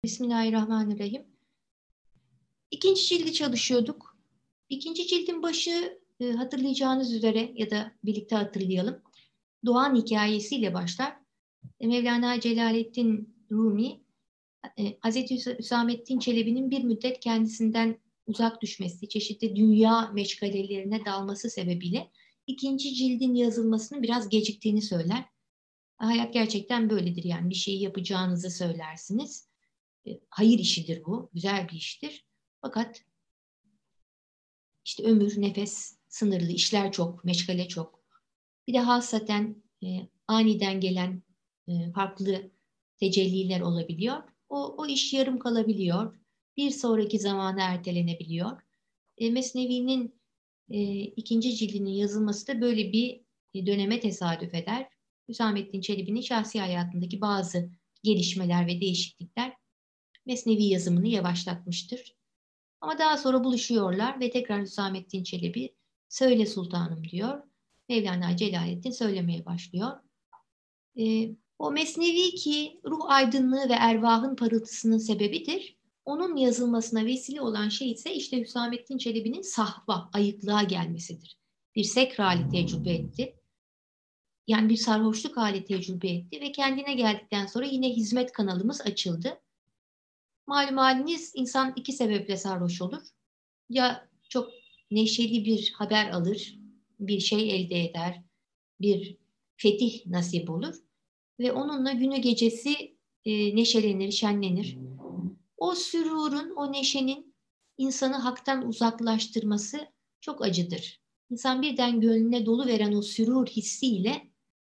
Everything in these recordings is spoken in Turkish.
Bismillahirrahmanirrahim. İkinci cildi çalışıyorduk. İkinci cildin başı hatırlayacağınız üzere ya da birlikte hatırlayalım. Doğan hikayesiyle başlar. Mevlana Celaleddin Rumi, Hazreti Hüsamettin Çelebi'nin bir müddet kendisinden uzak düşmesi, çeşitli dünya meşgalelerine dalması sebebiyle ikinci cildin yazılmasının biraz geciktiğini söyler. Hayat gerçekten böyledir, yani bir şeyi yapacağınızı söylersiniz. Hayır işidir bu, güzel bir iştir. Fakat işte ömür, nefes sınırlı, işler çok, meşgale çok. Bir de hasaten aniden gelen farklı tecelliler olabiliyor. O iş yarım kalabiliyor. Bir sonraki zamana ertelenebiliyor. Mesnevi'nin ikinci cildinin yazılması da böyle bir döneme tesadüf eder. Hüsamettin Çelebi'nin şahsi hayatındaki bazı gelişmeler ve değişiklikler Mesnevi yazımını yavaşlatmıştır. Ama daha sonra buluşuyorlar ve tekrar Hüsamettin Çelebi "Söyle sultanım" diyor. Mevlana Celaleddin söylemeye başlıyor. O mesnevi ki ruh aydınlığı ve ervahın parıltısının sebebidir. Onun yazılmasına vesile olan şey ise işte Hüsamettin Çelebi'nin sahva, ayıklığa gelmesidir. Bir sekr hali tecrübe etti. Yani bir sarhoşluk hali tecrübe etti ve kendine geldikten sonra yine hizmet kanalımız açıldı. Malum haliniz, insan iki sebeple sarhoş olur. Ya çok neşeli bir haber alır, bir şey elde eder, bir fetih nasip olur ve onunla günü gecesi neşelenir, şenlenir. O sürurun, o neşenin insanı haktan uzaklaştırması çok acıdır. İnsan birden gönlüne dolu veren o sürur hissiyle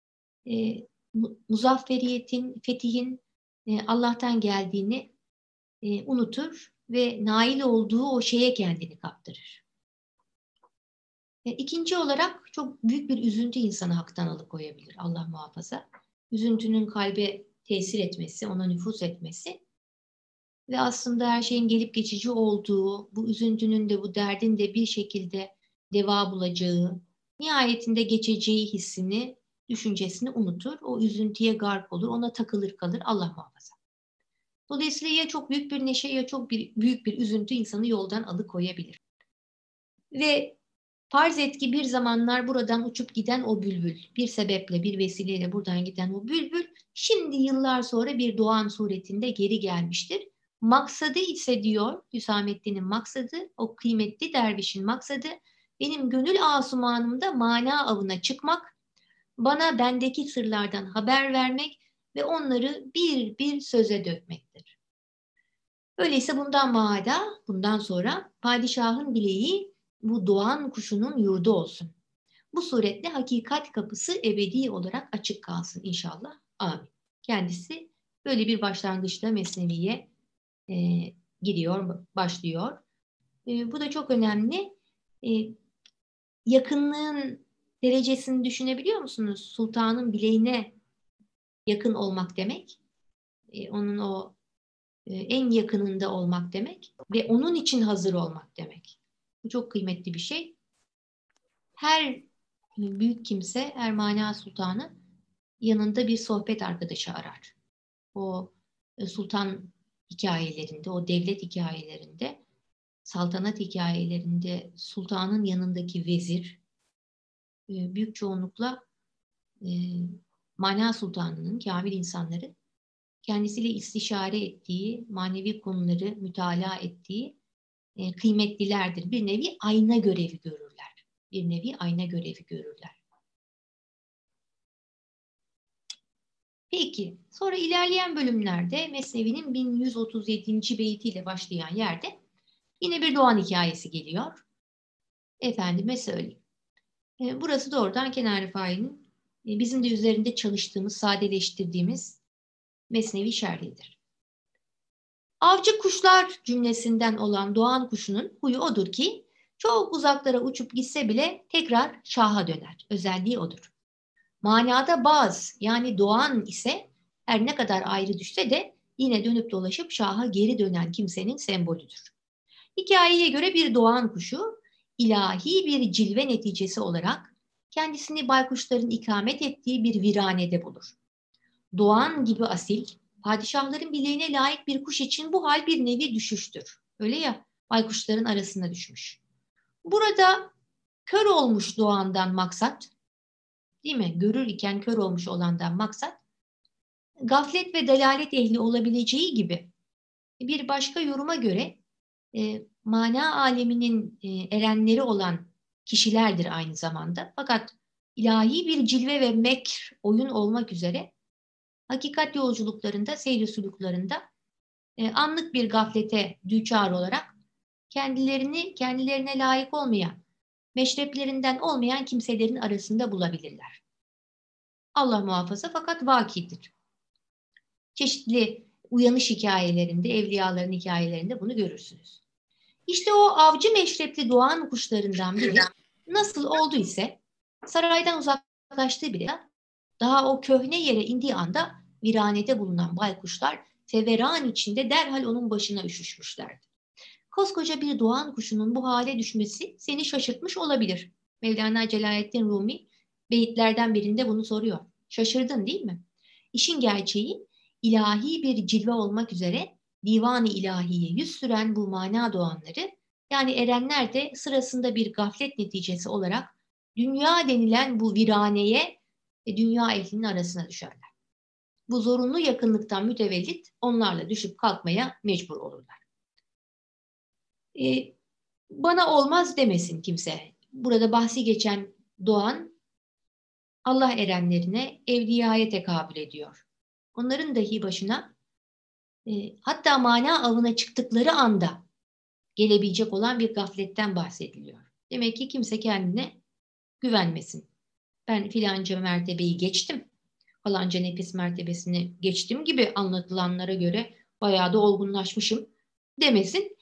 muzafferiyetin, fetihin Allah'tan geldiğini unutur ve nail olduğu o şeye kendini kaptırır. İkinci olarak çok büyük bir üzüntü insanı haktan alıkoyabilir, Allah muhafaza. Üzüntünün kalbe tesir etmesi, ona nüfuz etmesi ve aslında her şeyin gelip geçici olduğu, bu üzüntünün de bu derdin de bir şekilde deva bulacağı, nihayetinde geçeceği hissini, düşüncesini unutur. O üzüntüye gark olur, ona takılır kalır, Allah muhafaza. Dolayısıyla ya çok büyük bir neşe ya çok büyük bir üzüntü insanı yoldan alıkoyabilir. Ve farz et ki bir zamanlar buradan uçup giden o bülbül, bir sebeple, bir vesileyle buradan giden o bülbül, şimdi yıllar sonra bir doğan suretinde geri gelmiştir. Maksadı ise diyor Hüsamettin'in maksadı, o kıymetli dervişin maksadı, benim gönül asumanımda mana avına çıkmak, bana bendeki sırlardan haber vermek ve onları bir bir söze dökmektir. Öyleyse bundan sonra padişahın bileği bu doğan kuşunun yurdu olsun. Bu suretle hakikat kapısı ebedi olarak açık kalsın inşallah. Amin. Kendisi böyle bir başlangıçla Mesnevi'ye başlıyor. Bu da çok önemli. Yakınlığın derecesini düşünebiliyor musunuz? Sultanın bileğine yakın olmak demek. Onun o en yakınında olmak demek ve onun için hazır olmak demek. Bu çok kıymetli bir şey. Her büyük kimse, her mana sultanı yanında bir sohbet arkadaşı arar. O sultan hikayelerinde, o devlet hikayelerinde, saltanat hikayelerinde sultanın yanındaki vezir büyük çoğunlukla mana sultanının, kamil insanların kendisiyle istişare ettiği, manevi konuları mütalaa ettiği kıymetlilerdir. Bir nevi ayna görevi görürler. Bir nevi ayna görevi görürler. Peki, sonra ilerleyen bölümlerde Mesnevi'nin 1137. beytiyle başlayan yerde yine bir doğan hikayesi geliyor. Efendime söyleyeyim. Burası doğrudan Kenan Rifai'nin bizim de üzerinde çalıştığımız, sadeleştirdiğimiz Mesnevi şerhidir. Avcı kuşlar cümlesinden olan doğan kuşunun huyu odur ki çok uzaklara uçup gitse bile tekrar şaha döner. Özelliği odur. Manada baz, yani doğan ise her ne kadar ayrı düşse de yine dönüp dolaşıp şaha geri dönen kimsenin sembolüdür. Hikayeye göre bir doğan kuşu ilahi bir cilve neticesi olarak kendisini baykuşların ikamet ettiği bir viranede bulur. Doğan gibi asil, padişahların bileğine layık bir kuş için bu hal bir nevi düşüştür. Öyle ya, baykuşların arasına düşmüş. Burada kör olmuş doğandan maksat, değil mi? Görür iken kör olmuş olandan maksat, gaflet ve delalet ehli olabileceği gibi bir başka yoruma göre mana aleminin erenleri olan kişilerdir aynı zamanda. Fakat ilahi bir cilve ve mekr, oyun olmak üzere hakikat yolculuklarında, seyri suluklarında anlık bir gaflete düçar olarak kendilerine layık olmayan, meşreplerinden olmayan kimselerin arasında bulabilirler. Allah muhafaza, fakat vakidir. Çeşitli uyanış hikayelerinde, evliyaların hikayelerinde bunu görürsünüz. İşte o avcı meşrepli doğan kuşlarından biri nasıl oldu ise saraydan uzaklaştığı bile daha o köhne yere indiği anda viranede bulunan baykuşlar feveran içinde derhal onun başına üşüşmüşlerdi. Koskoca bir doğan kuşunun bu hale düşmesi seni şaşırtmış olabilir. Mevlana Celaleddin Rumi beyitlerden birinde bunu soruyor. Şaşırdın değil mi? İşin gerçeği ilahi bir cilve olmak üzere divan-ı ilahiye yüz süren bu mana doğanları, yani erenler de sırasında bir gaflet neticesi olarak dünya denilen bu viraneye ve dünya ehlinin arasına düşerler. Bu zorunlu yakınlıktan mütevellit onlarla düşüp kalkmaya mecbur olurlar. Bana olmaz demesin kimse. Burada bahsi geçen doğan Allah erenlerine, evliyaya tekabül ediyor. Onların dahi başına hatta mana avına çıktıkları anda gelebilecek olan bir gafletten bahsediliyor. Demek ki kimse kendine güvenmesin. Ben filanca mertebeyi geçtim, falanca nefis mertebesini geçtim gibi anlatılanlara göre bayağı da olgunlaşmışım demesin.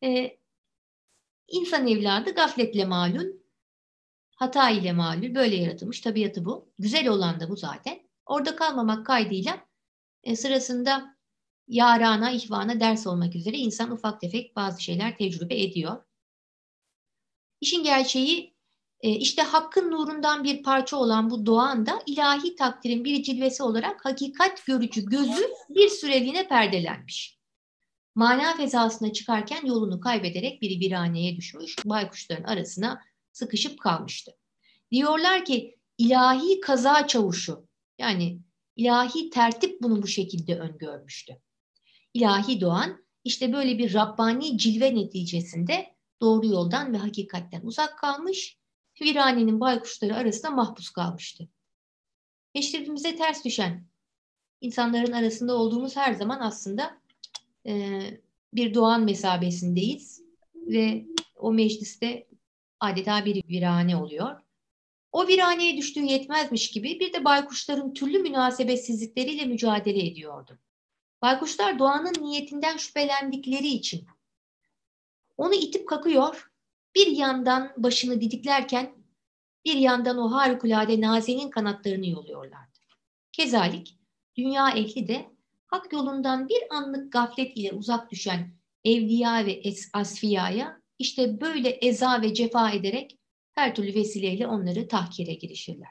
İnsan evladı gafletle malul, hata ile malul, böyle yaratılmış, tabiatı bu. Güzel olan da bu zaten. Orada kalmamak kaydıyla sırasında yarana, ihvana ders olmak üzere insan ufak tefek bazı şeyler tecrübe ediyor. İşin gerçeği işte hakkın nurundan bir parça olan bu doğan da ilahi takdirin bir cilvesi olarak hakikat görücü gözü bir süreliğine perdelenmiş. Mana fezasına çıkarken yolunu kaybederek bir viraneye düşmüş, baykuşların arasına sıkışıp kalmıştı. Diyorlar ki ilahi kaza çavuşu, yani ilahi tertip bunu bu şekilde öngörmüştü. İlahi doğan işte böyle bir Rabbani cilve neticesinde doğru yoldan ve hakikatten uzak kalmış, viranenin baykuşları arasında mahpus kalmıştı. Meşrebimize ters düşen insanların arasında olduğumuz her zaman aslında bir doğan mesabesindeyiz ve o mecliste adeta bir virane oluyor. O viraneye düştüğü yetmezmiş gibi bir de baykuşların türlü münasebetsizlikleriyle mücadele ediyordu. Baykuşlar doğanın niyetinden şüphelendikleri için onu itip kakıyor, bir yandan başını didiklerken bir yandan o harikulade nazenin kanatlarını yoluyorlardı. Kezalik dünya ehli de hak yolundan bir anlık gaflet ile uzak düşen evliya ve asfiyaya işte böyle eza ve cefa ederek her türlü vesileyle onları tahkire girişirler.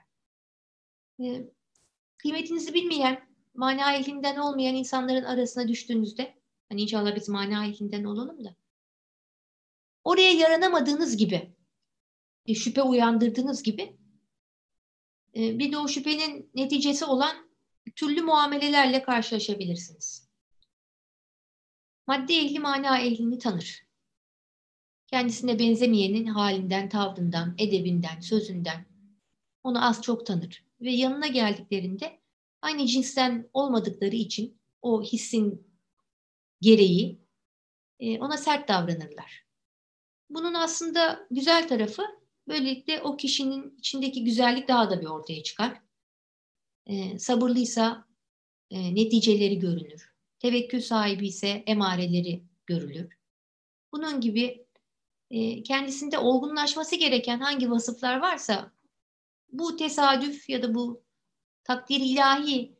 Kıymetinizi bilmeyen, mana ehlinden olmayan insanların arasına düştüğünüzde, hani inşallah biz mana ehlinden olalım da, oraya yaranamadığınız gibi, şüphe uyandırdığınız gibi, bir de o şüphenin neticesi olan türlü muamelelerle karşılaşabilirsiniz. Madde ehli mana ehlini tanır. Kendisine benzemeyenin halinden, tavrından, edebinden, sözünden onu az çok tanır. Ve yanına geldiklerinde aynı cinsten olmadıkları için o hissin gereği ona sert davranırlar. Bunun aslında güzel tarafı, böylelikle o kişinin içindeki güzellik daha da bir ortaya çıkar. Sabırlıysa neticeleri görünür. Tevekkül sahibi ise emareleri görülür. Bunun gibi kendisinde olgunlaşması gereken hangi vasıflar varsa bu tesadüf ya da bu takdir ilahi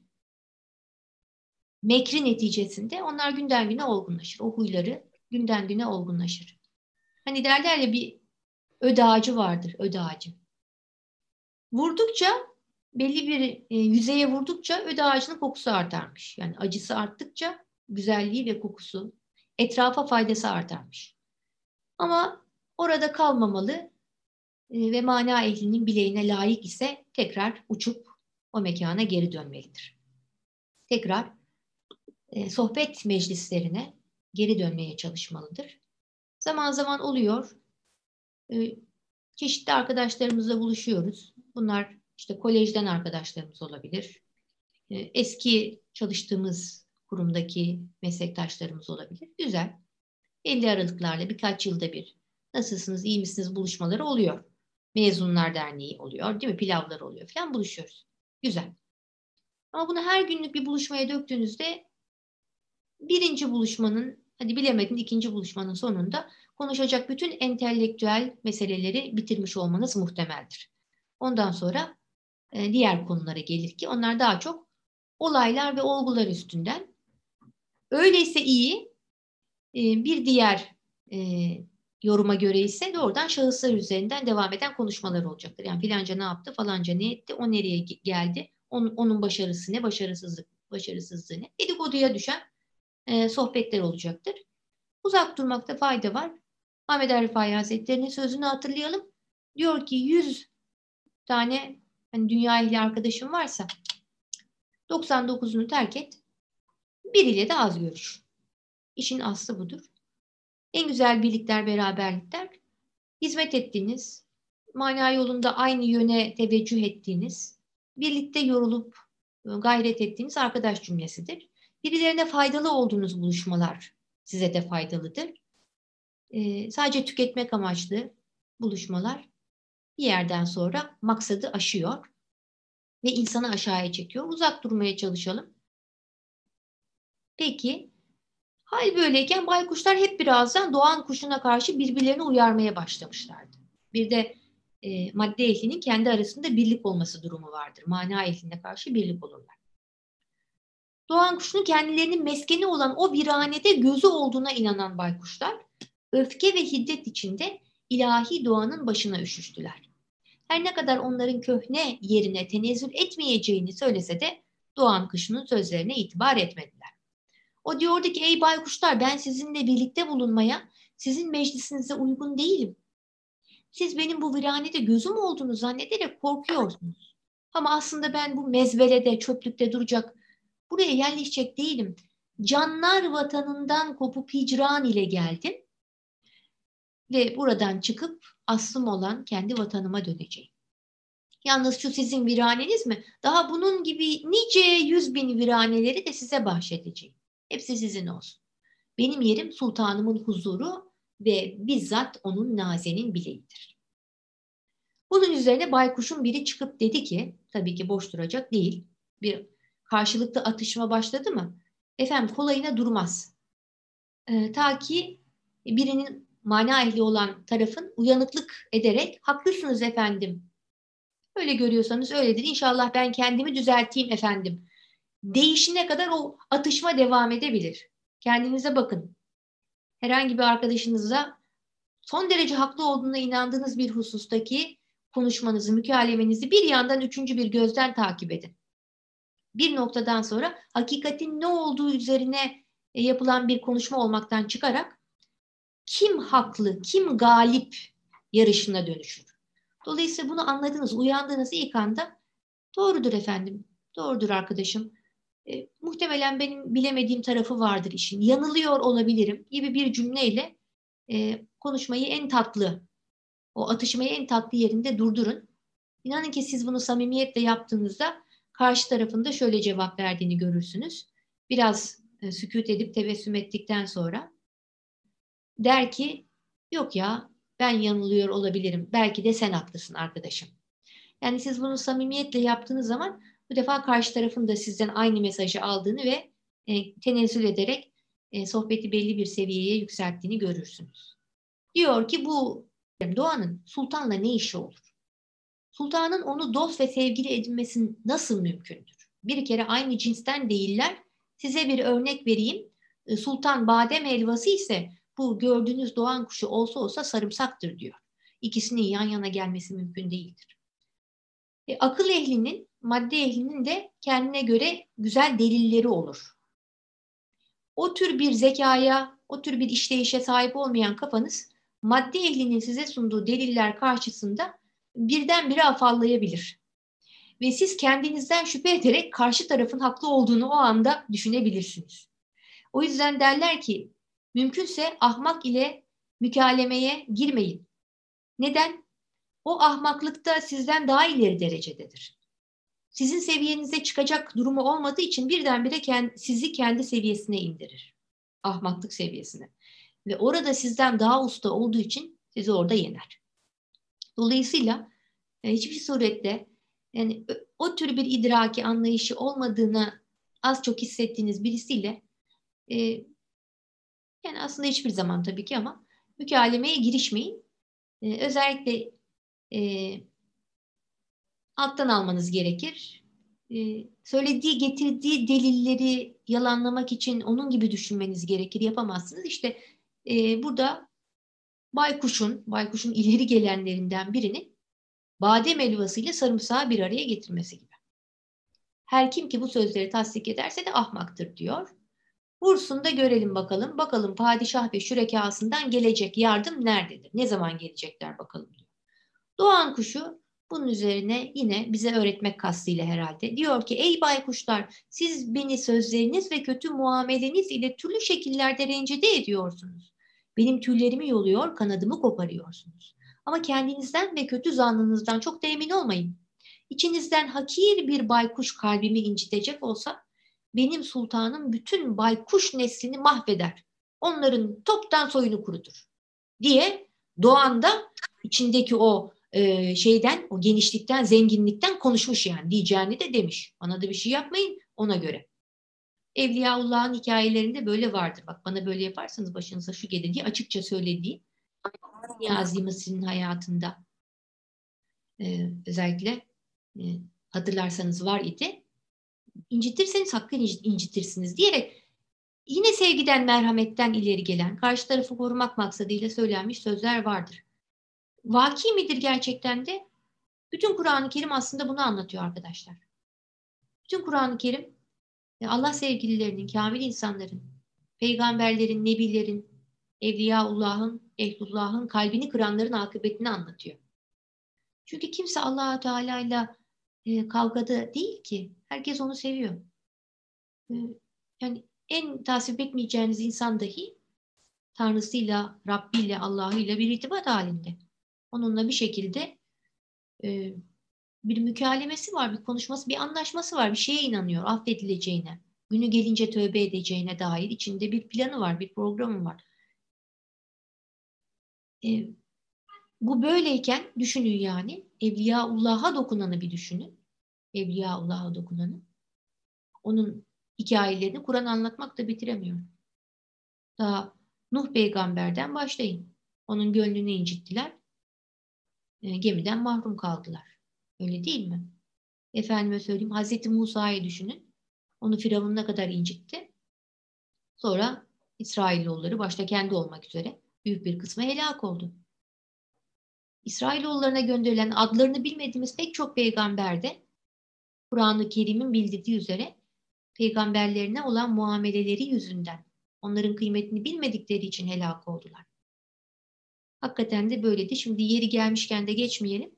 mekri neticesinde onlar günden güne olgunlaşır. O huyları günden güne olgunlaşır. Hani derler ya, bir öd ağacı vardır, öd ağacı. Vurdukça belli bir yüzeye vurdukça öde ağacının kokusu artarmış. Yani acısı arttıkça güzelliği ve kokusu, etrafa faydası artarmış. Ama orada kalmamalı ve mana ehlinin bileğine layık ise tekrar uçup o mekana geri dönmelidir. Tekrar sohbet meclislerine geri dönmeye çalışmalıdır. Zaman zaman oluyor. Çeşitli arkadaşlarımızla buluşuyoruz. Bunlar işte kolejden arkadaşlarımız olabilir. Eski çalıştığımız kurumdaki meslektaşlarımız olabilir. Güzel. Belli aralıklarla birkaç yılda bir nasılsınız, iyi misiniz buluşmaları oluyor. Mezunlar Derneği oluyor, değil mi? Pilavlar oluyor falan, buluşuyoruz. Güzel. Ama bunu her günlük bir buluşmaya döktüğünüzde birinci buluşmanın, hadi bilemedin ikinci buluşmanın sonunda konuşacak bütün entelektüel meseleleri bitirmiş olmanız muhtemeldir. Ondan sonra diğer konulara gelir ki onlar daha çok olaylar ve olgular üstünden. Öyleyse iyi, bir diğer yoruma göre ise doğrudan şahıslar üzerinden devam eden konuşmalar olacaktır. Yani filanca ne yaptı, falanca ne etti, o nereye geldi, onun başarısı ne, başarısızlığı ne, dedikoduya düşen sohbetler olacaktır. Uzak durmakta fayda var. Ahmet Arifai Hazretleri'nin sözünü hatırlayalım. Diyor ki 100 tane hani dünya ehli arkadaşım varsa 99'unu terk et. Biriyle de az görüş. İşin aslı budur. En güzel birlikler, beraberlikler, hizmet ettiğiniz, mana yolunda aynı yöne teveccüh ettiğiniz, birlikte yorulup gayret ettiğiniz arkadaş cümlesidir. Birilerine faydalı olduğunuz buluşmalar size de faydalıdır. Sadece tüketmek amaçlı buluşmalar bir yerden sonra maksadı aşıyor ve insanı aşağıya çekiyor. Uzak durmaya çalışalım. Peki, hal böyleyken baykuşlar hep birazdan doğan kuşuna karşı birbirlerini uyarmaya başlamışlardı. Bir de madde ehlinin kendi arasında birlik olması durumu vardır. Mana ehline karşı birlik olurlar. Doğan kuşunun kendilerinin meskeni olan o viranede gözü olduğuna inanan baykuşlar, öfke ve hiddet içinde ilahi doğanın başına üşüştüler. Her ne kadar onların köhne yerine tenezzül etmeyeceğini söylese de doğan kuşunun sözlerine itibar etmediler. O diyordu ki ey baykuşlar, ben sizinle birlikte bulunmaya, sizin meclisinize uygun değilim. Siz benim bu viranede gözüm olduğunu zannederek korkuyorsunuz. Ama aslında ben bu mezvelede, çöplükte duracak, buraya yerleşecek değilim. Canlar vatanından kopup hicran ile geldim ve buradan çıkıp aslım olan kendi vatanıma döneceğim. Yalnız şu sizin viraneniz mi? Daha bunun gibi nice 100.000 viraneleri de size bahşedeceğim. Hepsi sizin olsun. Benim yerim sultanımın huzuru ve bizzat onun nazenin bileğidir. Bunun üzerine baykuşun biri çıkıp dedi ki, tabii ki boş duracak değil, bir karşılıklı atışma başladı mı? Efendim kolayına durmaz. Ta ki birinin mana ehli olan tarafın uyanıklık ederek haklısınız efendim, öyle görüyorsanız öyledir, İnşallah ben kendimi düzelteyim efendim değişine kadar o atışma devam edebilir. Kendinize bakın. Herhangi bir arkadaşınızla son derece haklı olduğuna inandığınız bir husustaki konuşmanızı, mükalemenizi bir yandan üçüncü bir gözden takip edin. Bir noktadan sonra hakikatin ne olduğu üzerine yapılan bir konuşma olmaktan çıkarak kim haklı, kim galip yarışına dönüşür. Dolayısıyla bunu anladınız, uyandığınız ilk anda doğrudur efendim, doğrudur arkadaşım. Muhtemelen benim bilemediğim tarafı vardır işin. Yanılıyor olabilirim gibi bir cümleyle konuşmayı en tatlı, o atışmayı en tatlı yerinde durdurun. İnanın ki siz bunu samimiyetle yaptığınızda karşı tarafında şöyle cevap verdiğini görürsünüz. Biraz sükût edip tebessüm ettikten sonra der ki yok ya ben yanılıyor olabilirim. Belki de sen haklısın arkadaşım. Yani siz bunu samimiyetle yaptığınız zaman bu defa karşı tarafın da sizden aynı mesajı aldığını ve tenezzül ederek sohbeti belli bir seviyeye yükselttiğini görürsünüz. Diyor ki bu Doğan'ın sultanla ne işi olur? Sultanın onu dost ve sevgili edinmesi nasıl mümkündür? Bir kere aynı cinsten değiller. Size bir örnek vereyim. Sultan badem helvası ise bu gördüğünüz doğan kuşu olsa olsa sarımsaktır diyor. İkisinin yan yana gelmesi mümkün değildir. Akıl ehlinin, madde ehlinin de kendine göre güzel delilleri olur. O tür bir zekaya, o tür bir işleyişe sahip olmayan kafanız, madde ehlinin size sunduğu deliller karşısında birdenbire afallayabilir. Ve siz kendinizden şüphe ederek karşı tarafın haklı olduğunu o anda düşünebilirsiniz. O yüzden derler ki, mümkünse ahmak ile mükalemeye girmeyin. Neden? O ahmaklıkta sizden daha ileri derecededir. Sizin seviyenize çıkacak durumu olmadığı için birdenbire sizi kendi seviyesine indirir. Ahmaklık seviyesine. Ve orada sizden daha usta olduğu için sizi orada yener. Dolayısıyla hiçbir surette yani o tür bir idraki anlayışı olmadığını az çok hissettiğiniz birisiyle yani aslında hiçbir zaman tabii ki ama mükalemeye girişmeyin. Özellikle alttan almanız gerekir. Söylediği, getirdiği delilleri yalanlamak için onun gibi düşünmeniz gerekir. Yapamazsınız. İşte burada baykuşun ileri gelenlerinden birinin badem helvasıyla sarımsağı bir araya getirmesi gibi. Her kim ki bu sözleri tasdik ederse de ahmaktır diyor. Vursun da görelim bakalım. Bakalım padişah ve şürekasından gelecek yardım nerededir? Ne zaman gelecekler bakalım diyor. Doğan kuşu bunun üzerine yine bize öğretmek kastıyla herhalde. Diyor ki ey baykuşlar siz beni sözleriniz ve kötü muameleniz ile türlü şekillerde rencide ediyorsunuz. Benim tüylerimi yoluyor, kanadımı koparıyorsunuz. Ama kendinizden ve kötü zannınızdan çok da emin olmayın. İçinizden hakir bir baykuş kalbimi incitecek olsa benim sultanım bütün baykuş neslini mahveder. Onların toptan soyunu kurutur diye doğanda içindeki o o genişlikten, zenginlikten konuşmuş yani diyeceğini de demiş. Bana da bir şey yapmayın ona göre. Evliyaullah'ın hikayelerinde böyle vardır. Bak bana böyle yaparsanız başınıza şu gelir diye açıkça söylediği Niyazi Mısır'ın hayatında özellikle hatırlarsanız var idi. İncitirseniz hakkı incitirsiniz diyerek yine sevgiden, merhametten ileri gelen, karşı tarafı korumak maksadıyla söylenmiş sözler vardır. Vaki midir gerçekten de? Bütün Kur'an-ı Kerim aslında bunu anlatıyor arkadaşlar. Bütün Kur'an-ı Kerim Allah sevgililerinin, kamil insanların, peygamberlerin, nebilerin, evliyaullah'ın, ehlullah'ın kalbini kıranların akıbetini anlatıyor. Çünkü kimse Allah-u Teala'yla kavgada değil ki. Herkes onu seviyor. Yani en tasvip etmeyeceğiniz insan dahi Tanrısıyla, Rabbiyle, Allah'ıyla bir irtibat halinde. Onunla bir şekilde bir mükalemesi var, bir konuşması, bir anlaşması var, bir şeye inanıyor, affedileceğine, günü gelince tövbe edeceğine dair içinde bir planı var, bir programı var. Bu böyleyken düşünün yani, Evliyaullah'a dokunanı bir düşünün. Evliyaullah'a dokunanı. Onun hikayelerini Kur'an anlatmakla bitiremiyor. Daha Nuh peygamberden başlayın. Onun gönlünü incittiler. Gemiden mahrum kaldılar. Öyle değil mi? Efendime söyleyeyim Hazreti Musa'yı düşünün. Onu Firavun ne kadar incitti. Sonra İsrailoğulları başta kendi olmak üzere büyük bir kısmı helak oldu. İsrailoğullarına gönderilen adlarını bilmediğimiz pek çok peygamber de Kur'an-ı Kerim'in bildirdiği üzere peygamberlerine olan muameleleri yüzünden onların kıymetini bilmedikleri için helak oldular. Hakikaten de böyleydi. Şimdi yeri gelmişken de geçmeyelim.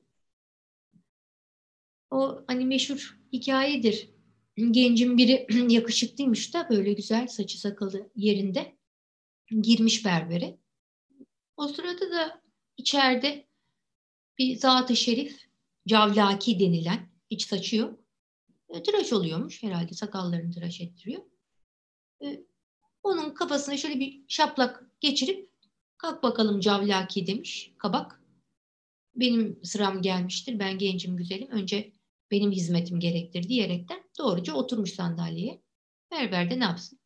O hani meşhur hikayedir. Gencin biri yakışıklıymış da böyle güzel saçı sakalı yerinde girmiş berbere. O sırada da içeride bir zat-ı şerif cavlaki denilen hiç saçı yok. Tıraş oluyormuş herhalde sakallarını tıraş ettiriyor. Onun kafasına şöyle bir şaplak geçirip kalk bakalım cavlaki demiş kabak. Benim sıram gelmiştir ben gencim güzelim önce benim hizmetim gerektir diyerekten doğruca oturmuş sandalyeye. Berber de ne yapsın?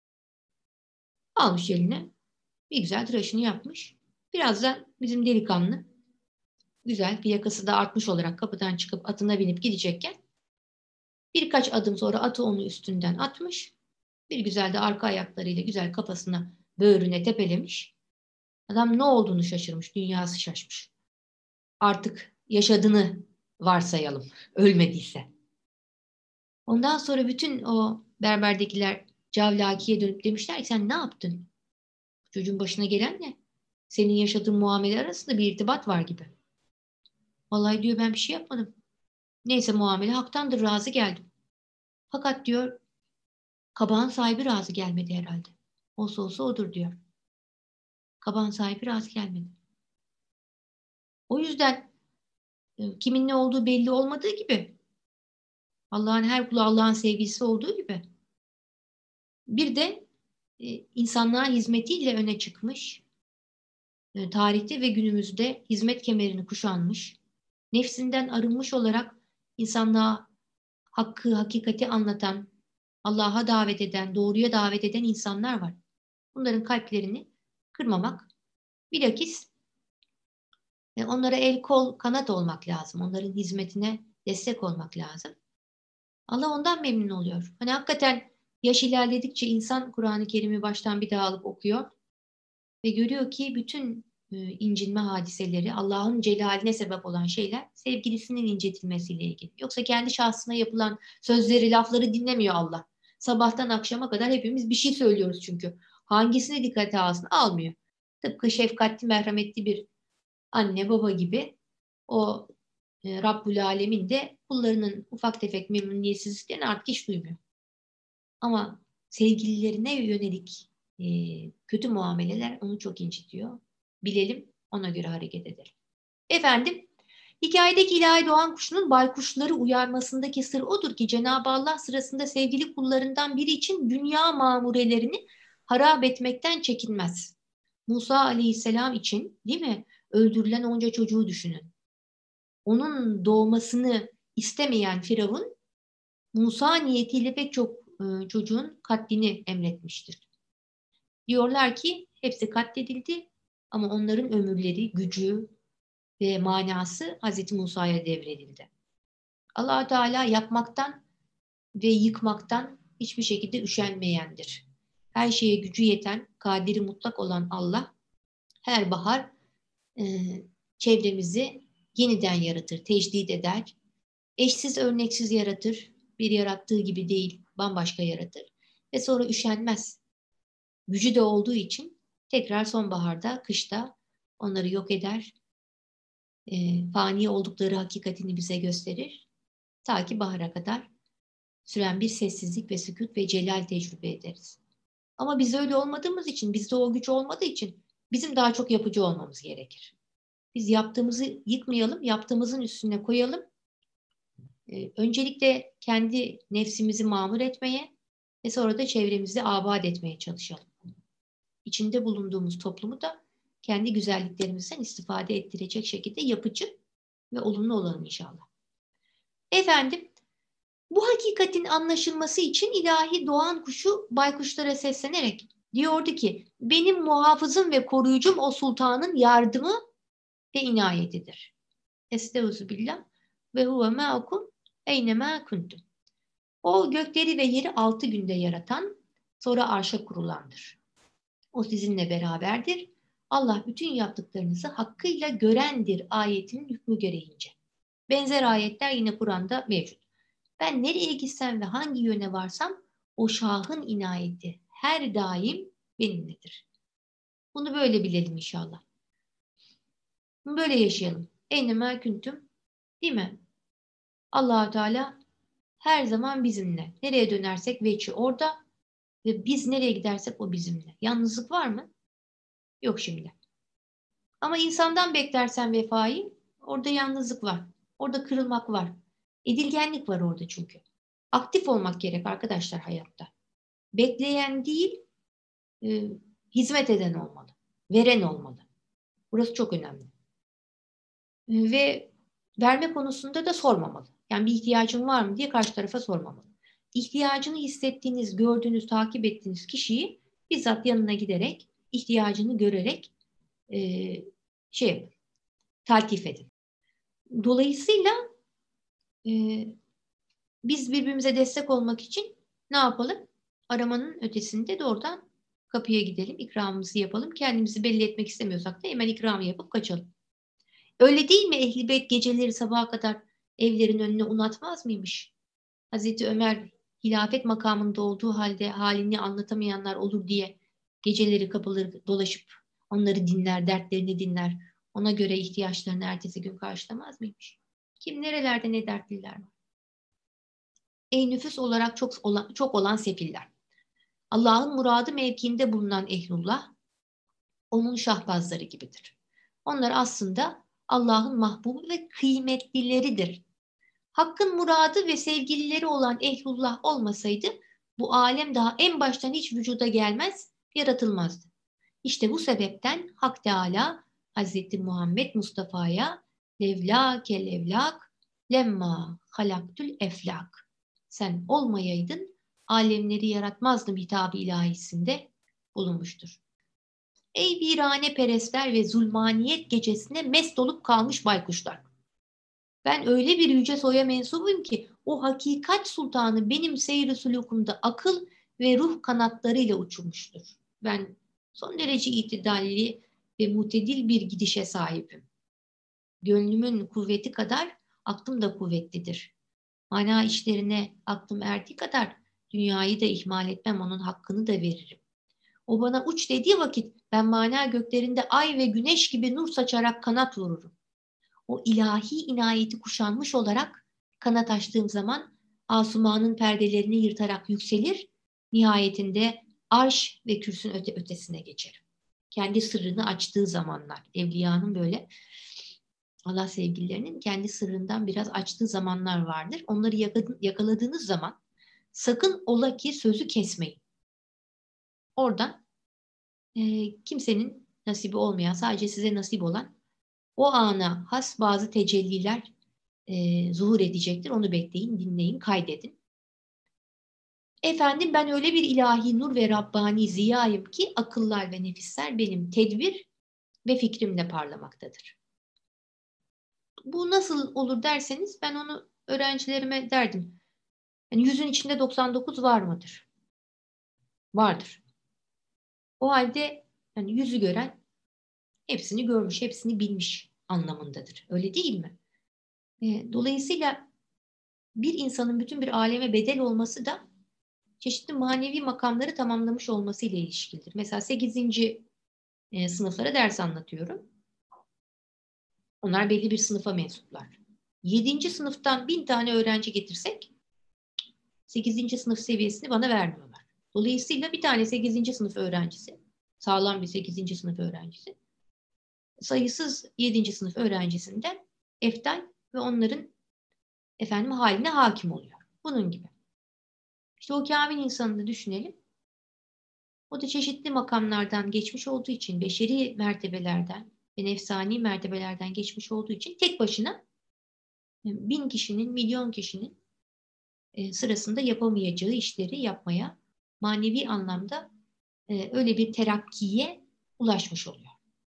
Almış eline bir güzel tıraşını yapmış. Birazdan bizim delikanlı güzel fiyakası da artmış olarak kapıdan çıkıp atına binip gidecekken birkaç adım sonra atı onu üstünden atmış. Bir güzel de arka ayaklarıyla güzel kafasına böğrüne tepelemiş. Adam ne olduğunu şaşırmış. Dünyası şaşmış. Artık yaşadığını Varsayalım. Ölmediyse. Ondan sonra bütün o berberdekiler Cavlaki'ye dönüp demişler ki sen ne yaptın? Çocuğun başına gelen ne? Senin yaşadığın muamele arasında bir irtibat var gibi. Vallahi diyor ben bir şey yapmadım. Neyse muamele haktandır, razı geldim. Fakat diyor kabağın sahibi razı gelmedi herhalde. Olsa olsa odur diyor. Kabağın sahibi razı gelmedi. O yüzden kimin ne olduğu belli olmadığı gibi, Allah'ın her kulu Allah'ın sevgilisi olduğu gibi, bir de insanlığa hizmetiyle öne çıkmış, tarihte ve günümüzde hizmet kemerini kuşanmış, nefsinden arınmış olarak insanlığa hakkı, hakikati anlatan, Allah'a davet eden, doğruya davet eden insanlar var. Bunların kalplerini kırmamak, bilakis onlara el kol kanat olmak lazım. Onların hizmetine destek olmak lazım. Allah ondan memnun oluyor. Hani hakikaten yaş ilerledikçe insan Kur'an-ı Kerim'i baştan bir daha alıp okuyor ve görüyor ki bütün incinme hadiseleri, Allah'ın celaline sebep olan şeyler sevgilisinin incitilmesiyle ilgili. Yoksa kendi şahsına yapılan sözleri, lafları dinlemiyor Allah. Sabahtan akşama kadar hepimiz bir şey söylüyoruz çünkü. Hangisine dikkate alsın? Almıyor. Tıpkı şefkatli, merhametli bir anne, baba gibi o Rabbül Alemin de kullarının ufak tefek memnuniyetsizliklerini artık hiç duymuyor. Ama sevgililerine yönelik kötü muameleler onu çok incitiyor. Bilelim, ona göre hareket edelim. Efendim, hikayedeki ilahi doğan kuşunun baykuşları uyarmasındaki sır odur ki Cenab-ı Allah sırasında sevgili kullarından biri için dünya mamurelerini harap etmekten çekinmez. Musa Aleyhisselam için, değil mi? Öldürülen onca çocuğu düşünün. Onun doğmasını istemeyen Firavun, Musa niyetiyle pek çok çocuğun katlini emretmiştir. Diyorlar ki hepsi katledildi ama onların ömürleri, gücü ve manası Hazreti Musa'ya devredildi. Allah Teala yapmaktan ve yıkmaktan hiçbir şekilde üşenmeyendir. Her şeye gücü yeten, kadiri mutlak olan Allah her bahar e, çevremizi yeniden yaratır, tecdit eder. Eşsiz örneksiz yaratır. Bir yarattığı gibi değil, bambaşka yaratır. Ve sonra üşenmez. Gücü de olduğu için tekrar sonbaharda, kışta onları yok eder. Fani oldukları hakikatini bize gösterir. Ta ki bahara kadar süren bir sessizlik ve sükût ve celal tecrübe ederiz. Ama biz öyle olmadığımız için, bizde o güç olmadığı için bizim daha çok yapıcı olmamız gerekir. Biz yaptığımızı yıkmayalım, yaptığımızın üstüne koyalım. Öncelikle kendi nefsimizi mamur etmeye ve sonra da çevremizi abad etmeye çalışalım. İçinde bulunduğumuz toplumu da kendi güzelliklerimizden istifade ettirecek şekilde yapıcı ve olumlu olalım inşallah. Efendim, bu hakikatin anlaşılması için ilahi doğan kuşu baykuşlara seslenerek diyordu ki, benim muhafızım ve koruyucum o sultanın yardımı ve inayetidir. Estağfirullah ve huve ma'akum eynemâ kuntum. O gökleri ve yeri 6 günde yaratan, sonra arşa kurulandır. O sizinle beraberdir. Allah bütün yaptıklarınızı hakkıyla görendir ayetinin hükmü gereğince. Benzer ayetler yine Kur'an'da mevcut. Ben nereye gitsem ve hangi yöne varsam o Şah'ın inayeti her daim benimledir. Bunu böyle bilelim inşallah. Böyle yaşayalım. Eynemâ küntüm, değil mi? Allah-u Teala her zaman bizimle. Nereye dönersek veçi orada ve biz nereye gidersek o bizimle. Yalnızlık var mı? Yok şimdi. Ama insandan beklersen vefayı, orada yalnızlık var. Orada kırılmak var. Edilgenlik var orada çünkü. Aktif olmak gerek arkadaşlar hayatta. Bekleyen değil, hizmet eden olmalı. Veren olmalı. Burası çok önemli. Ve verme konusunda da sormamalı. Yani bir ihtiyacın var mı diye karşı tarafa sormamalı. İhtiyacını hissettiğiniz, gördüğünüz, takip ettiğiniz kişiyi bizzat yanına giderek, ihtiyacını görerek taltif edin. Dolayısıyla biz birbirimize destek olmak için ne yapalım? Aramanın ötesinde doğrudan kapıya gidelim, ikramımızı yapalım. Kendimizi belli etmek istemiyorsak da hemen ikramı yapıp kaçalım. Öyle değil mi Ehl-i Beyt geceleri sabaha kadar evlerin önüne un atmaz mıymış? Hazreti Ömer hilafet makamında olduğu halde halini anlatamayanlar olur diye geceleri kapıları dolaşıp onları dinler, dertlerini dinler. Ona göre ihtiyaçlarını ertesi gün karşılamaz mıymış? Kim nerelerde ne dertliler var? Ey nüfus olarak çok olan sefiller. Allah'ın muradı mevkiinde bulunan ehlullah, onun şahbazları gibidir. Onlar aslında Allah'ın mahbubu ve kıymetlileridir. Hakkın muradı ve sevgilileri olan ehlullah olmasaydı bu alem daha en baştan hiç vücuda gelmez, yaratılmazdı. İşte bu sebepten Hak Teala Hazreti Muhammed Mustafa'ya levlâke levlâk lemma halaktül eflak. Sen olmayaydın alemleri yaratmazdım hitabı ilahisinde bulunmuştur. Ey virane perestler ve zulmaniyet gecesine mest olup kalmış baykuşlar. Ben öyle bir yüce soya mensubum ki o hakikat sultanı benim seyri sulukumda akıl ve ruh kanatlarıyla uçurmuştur. Ben son derece itidalli ve mutedil bir gidişe sahibim. Gönlümün kuvveti kadar aklım da kuvvetlidir. Mana işlerine aklım erdiği kadar dünyayı da ihmal etmem, onun hakkını da veririm. O bana uç dediği vakit ben mana göklerinde ay ve güneş gibi nur saçarak kanat vururum. O ilahi inayeti kuşanmış olarak kanat açtığım zaman asumanın perdelerini yırtarak yükselir, nihayetinde arş ve kürsün ötesine geçerim. Kendi sırrını açtığı zamanlar, evliyanın böyle Allah sevgililerinin kendi sırrından biraz açtığı zamanlar vardır. Onları yakaladığınız zaman sakın ola ki sözü kesmeyin. Oradan kimsenin nasibi olmayan, sadece size nasip olan o ana has bazı tecelliler zuhur edecektir. Onu bekleyin, dinleyin, kaydedin. Efendim ben öyle bir ilahi nur ve Rabbani ziyayım ki akıllar ve nefisler benim tedbir ve fikrimle parlamaktadır. Bu nasıl olur derseniz ben onu öğrencilerime derdim. Yani 100'ün içinde 99 var mıdır? Vardır. O halde yani 100'ü gören hepsini görmüş, hepsini bilmiş anlamındadır. Öyle değil mi? Dolayısıyla bir insanın bütün bir aleme bedel olması da çeşitli manevi makamları tamamlamış olması ile ilişkilidir. Mesela 8. Sınıflara ders anlatıyorum. Onlar belli bir sınıfa mensuplar. 7. sınıftan 1000 tane öğrenci getirsek 8. sınıf seviyesini bana vermiyorlar. Dolayısıyla bir tane 8. sınıf öğrencisi, sağlam bir 8. sınıf öğrencisi, sayısız 7. sınıf öğrencisinden eftal ve onların haline hakim oluyor. Bunun gibi. İşte o kamil insanını da düşünelim. O da çeşitli makamlardan geçmiş olduğu için, beşeri mertebelerden ve nefsani mertebelerden geçmiş olduğu için tek başına 1000 kişinin, milyon kişinin sırasında yapamayacağı işleri yapmaya, manevi anlamda öyle bir terakkiye ulaşmış oluyor.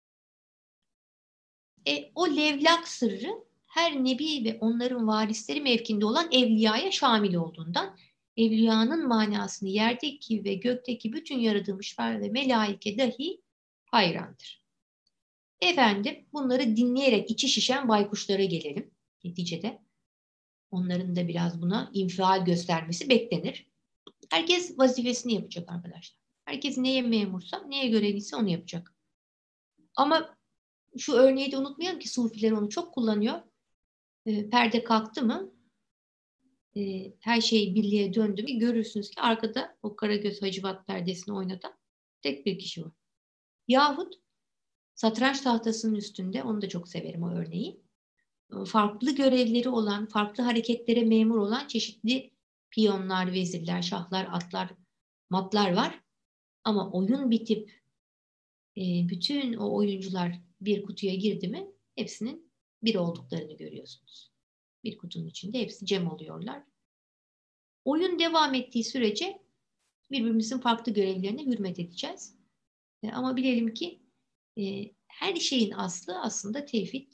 O levlak sırrı her nebi ve onların varisleri mevkinde olan evliyaya şamil olduğundan evliyanın manasını yerdeki ve gökteki bütün yaratılmışlar ve melaike dahi hayrandır. Efendim bunları dinleyerek içi şişen baykuşlara gelelim. Neticede onların da biraz buna infial göstermesi beklenir. Herkes vazifesini yapacak arkadaşlar. Herkes neye memursa, neye görevliyse onu yapacak. Ama şu örneği de unutmayalım ki sufiler onu çok kullanıyor. Perde kalktı mı her şey birliğe döndü mü görürsünüz ki arkada o Karagöz Hacivat perdesini oynatan tek bir kişi var. Yahut satranç tahtasının üstünde, onu da çok severim o örneği, farklı görevleri olan, farklı hareketlere memur olan çeşitli piyonlar, vezirler, şahlar, atlar, matlar var. Ama oyun bitip bütün o oyuncular bir kutuya girdi mi hepsinin bir olduklarını görüyorsunuz. Bir kutunun içinde hepsi cem oluyorlar. Oyun devam ettiği sürece birbirimizin farklı görevlerine hürmet edeceğiz. Ama bilelim ki her şeyin aslı aslında tevhid.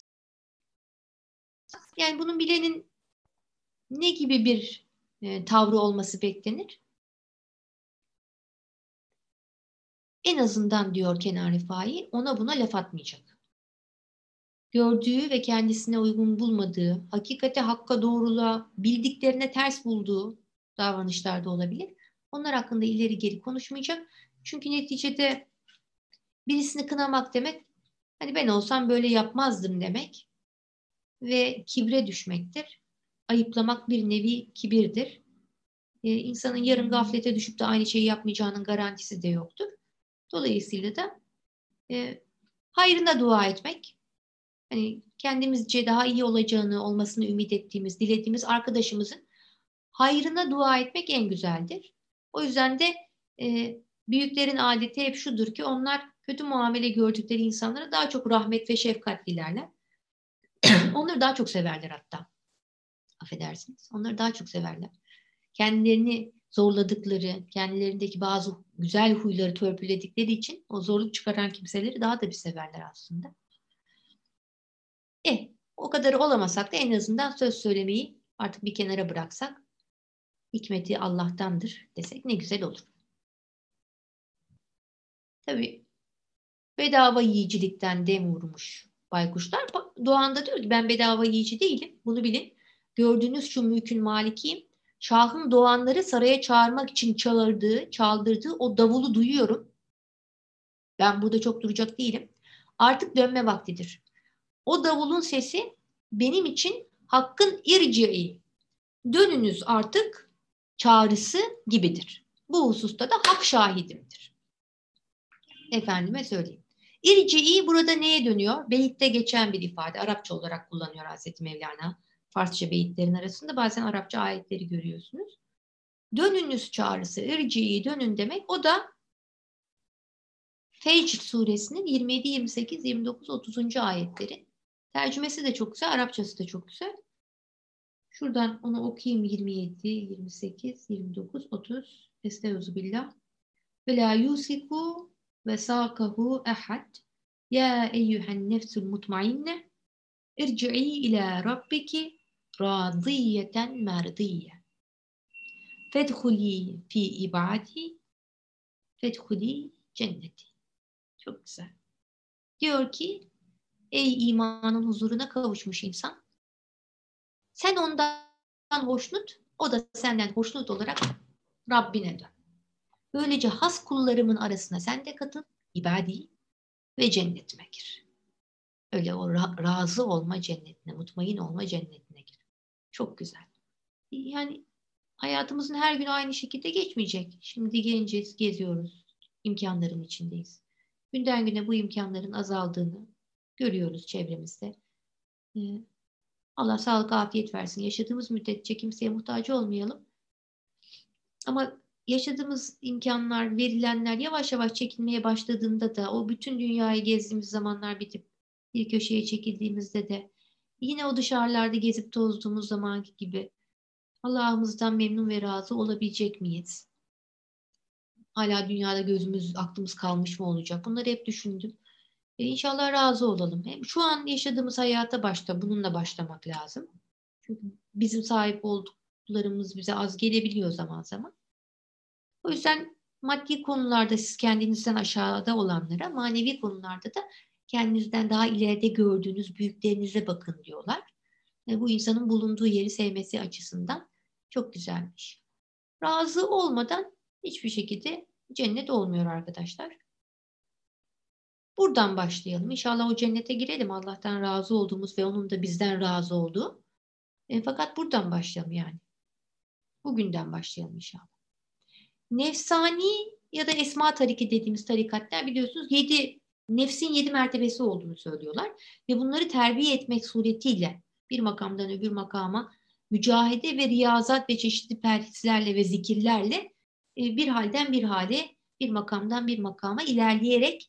Yani bunun bilenin ne gibi bir tavrı olması beklenir? En azından diyor Kenan Rifai, ona buna laf atmayacak. gördüğü ve kendisine uygun bulmadığı, hakikate, hakka, doğruluğa, bildiklerine ters bulduğu davranışlarda olabilir. Onlar hakkında ileri geri konuşmayacak. Çünkü neticede birisini kınamak demek, hani ben olsam böyle yapmazdım demek ve kibre düşmektir. Ayıplamak bir nevi kibirdir. İnsanın yarın gaflete düşüp de aynı şeyi yapmayacağının garantisi de yoktur. Dolayısıyla da hayrına dua etmek, hani kendimizce daha iyi olacağını, olmasını ümit ettiğimiz, dilediğimiz arkadaşımızın hayrına dua etmek en güzeldir. O yüzden de büyüklerin adeti hep şudur ki onlar kötü muamele gördükleri insanlara daha çok rahmet ve şefkat dilerler. Onları daha çok severler hatta. Affedersiniz. Onları daha çok severler. Kendilerini zorladıkları, kendilerindeki bazı güzel huyları törpüledikleri için o zorluk çıkaran kimseleri daha da bir severler aslında. O kadarı olamasak da en azından söz söylemeyi artık bir kenara bıraksak, hikmeti Allah'tandır desek ne güzel olur. Tabii bedava yiyicilikten dem vurmuş baykuşlar. Doğan da diyor ki ben bedava yiyici değilim. Bunu bilin. Gördüğünüz şu mülkün malikiyim. Şahın doğanları saraya çağırmak için çaldırdığı o davulu duyuyorum. Ben burada çok duracak değilim. Artık dönme vaktidir. O davulun sesi benim için hakkın irci'i, dönünüz artık çağrısı gibidir. Bu hususta da hak şahidimdir. Efendime söyleyeyim. İrci'i burada neye dönüyor? Beyitte geçen bir ifade. Arapça olarak kullanıyor Hazreti Mevlana. Farsça beyitlerin arasında bazen Arapça ayetleri görüyorsunuz. Dönünüz çağrısı, irci'i dönün demek. O da Fecr suresinin 27, 28, 29, 30. ayetleri. Tercümesi de çok güzel, Arapçası da çok güzel. Şuradan onu okuyayım. 27, 28, 29, 30. Estağfirullah. Ve la yusiku ve sakahu ahad. Ya eyyühen nefsul mutmainne irci'i ila rabbiki radiyeten merdiyye. Fedhuli fi ibadi fedhuli cenneti. Çok güzel. Diyor ki ey imanın huzuruna kavuşmuş insan, sen ondan hoşnut, o da senden hoşnut olarak Rabbine dön. Böylece has kullarımın arasına sen de katıl, ibadi ve cennetime gir. Öyle o razı olma cennetine, mutmain olma cennetine gir. Çok güzel. Yani hayatımızın her günü aynı şekilde geçmeyecek. Şimdi genciz, geziyoruz, imkanların içindeyiz. Günden güne bu imkanların azaldığını görüyoruz çevremizde. Allah sağlık, afiyet versin. Yaşadığımız müddetçe kimseye muhtaç olmayalım. Ama yaşadığımız imkanlar, verilenler yavaş yavaş çekilmeye başladığında da o bütün dünyayı gezdiğimiz zamanlar bitip bir köşeye çekildiğimizde de yine o dışarılarda gezip tozduğumuz zamanki gibi Allah'ımızdan memnun ve razı olabilecek miyiz? Hala dünyada gözümüz, aklımız kalmış mı olacak? Bunları hep düşündüm. İnşallah razı olalım. Hem şu an yaşadığımız hayata bununla başlamak lazım. Çünkü bizim sahip olduklarımız bize az gelebiliyor zaman zaman. O yüzden maddi konularda siz kendinizden aşağıda olanlara, manevi konularda da kendinizden daha ileride gördüğünüz büyüklerinize bakın diyorlar. Bu insanın bulunduğu yeri sevmesi açısından çok güzelmiş. Razı olmadan hiçbir şekilde cennet olmuyor arkadaşlar. Buradan başlayalım. İnşallah o cennete girelim. Allah'tan razı olduğumuz ve onun da bizden razı olduğu. Fakat buradan başlayalım yani. Bugünden başlayalım inşallah. Nefsani ya da esma tariki dediğimiz tarikatlar biliyorsunuz nefsin 7 mertebesi olduğunu söylüyorlar. Ve bunları terbiye etmek suretiyle bir makamdan öbür makama mücahede ve riyazat ve çeşitli perhislerle ve zikirlerle bir halden bir hale, bir makamdan bir makama ilerleyerek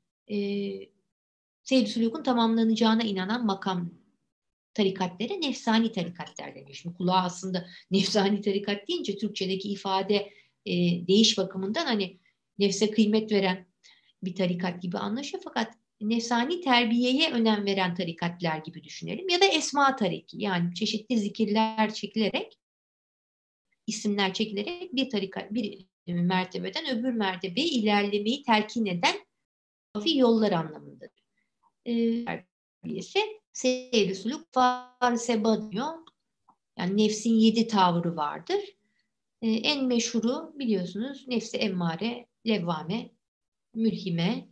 Seyyid-i Sülûk'un tamamlanacağına inanan makam tarikatlere nefsani tarikatler deniyor. Şimdi kulağa aslında nefsani tarikat deyince Türkçedeki ifade değiş bakımından hani nefse kıymet veren bir tarikat gibi anlaşıyor, fakat nefsani terbiyeye önem veren tarikatler gibi düşünelim. Ya da esma tariki, yani çeşitli zikirler çekilerek, isimler çekilerek bir mertebeden öbür mertebeye ilerlemeyi telkin eden yollar anlamındadır. terbiyesi seyri suluk farseba diyor. Yani nefsin 7 tavrı vardır. En meşhuru biliyorsunuz nefsi emmare, levvame, mülhime,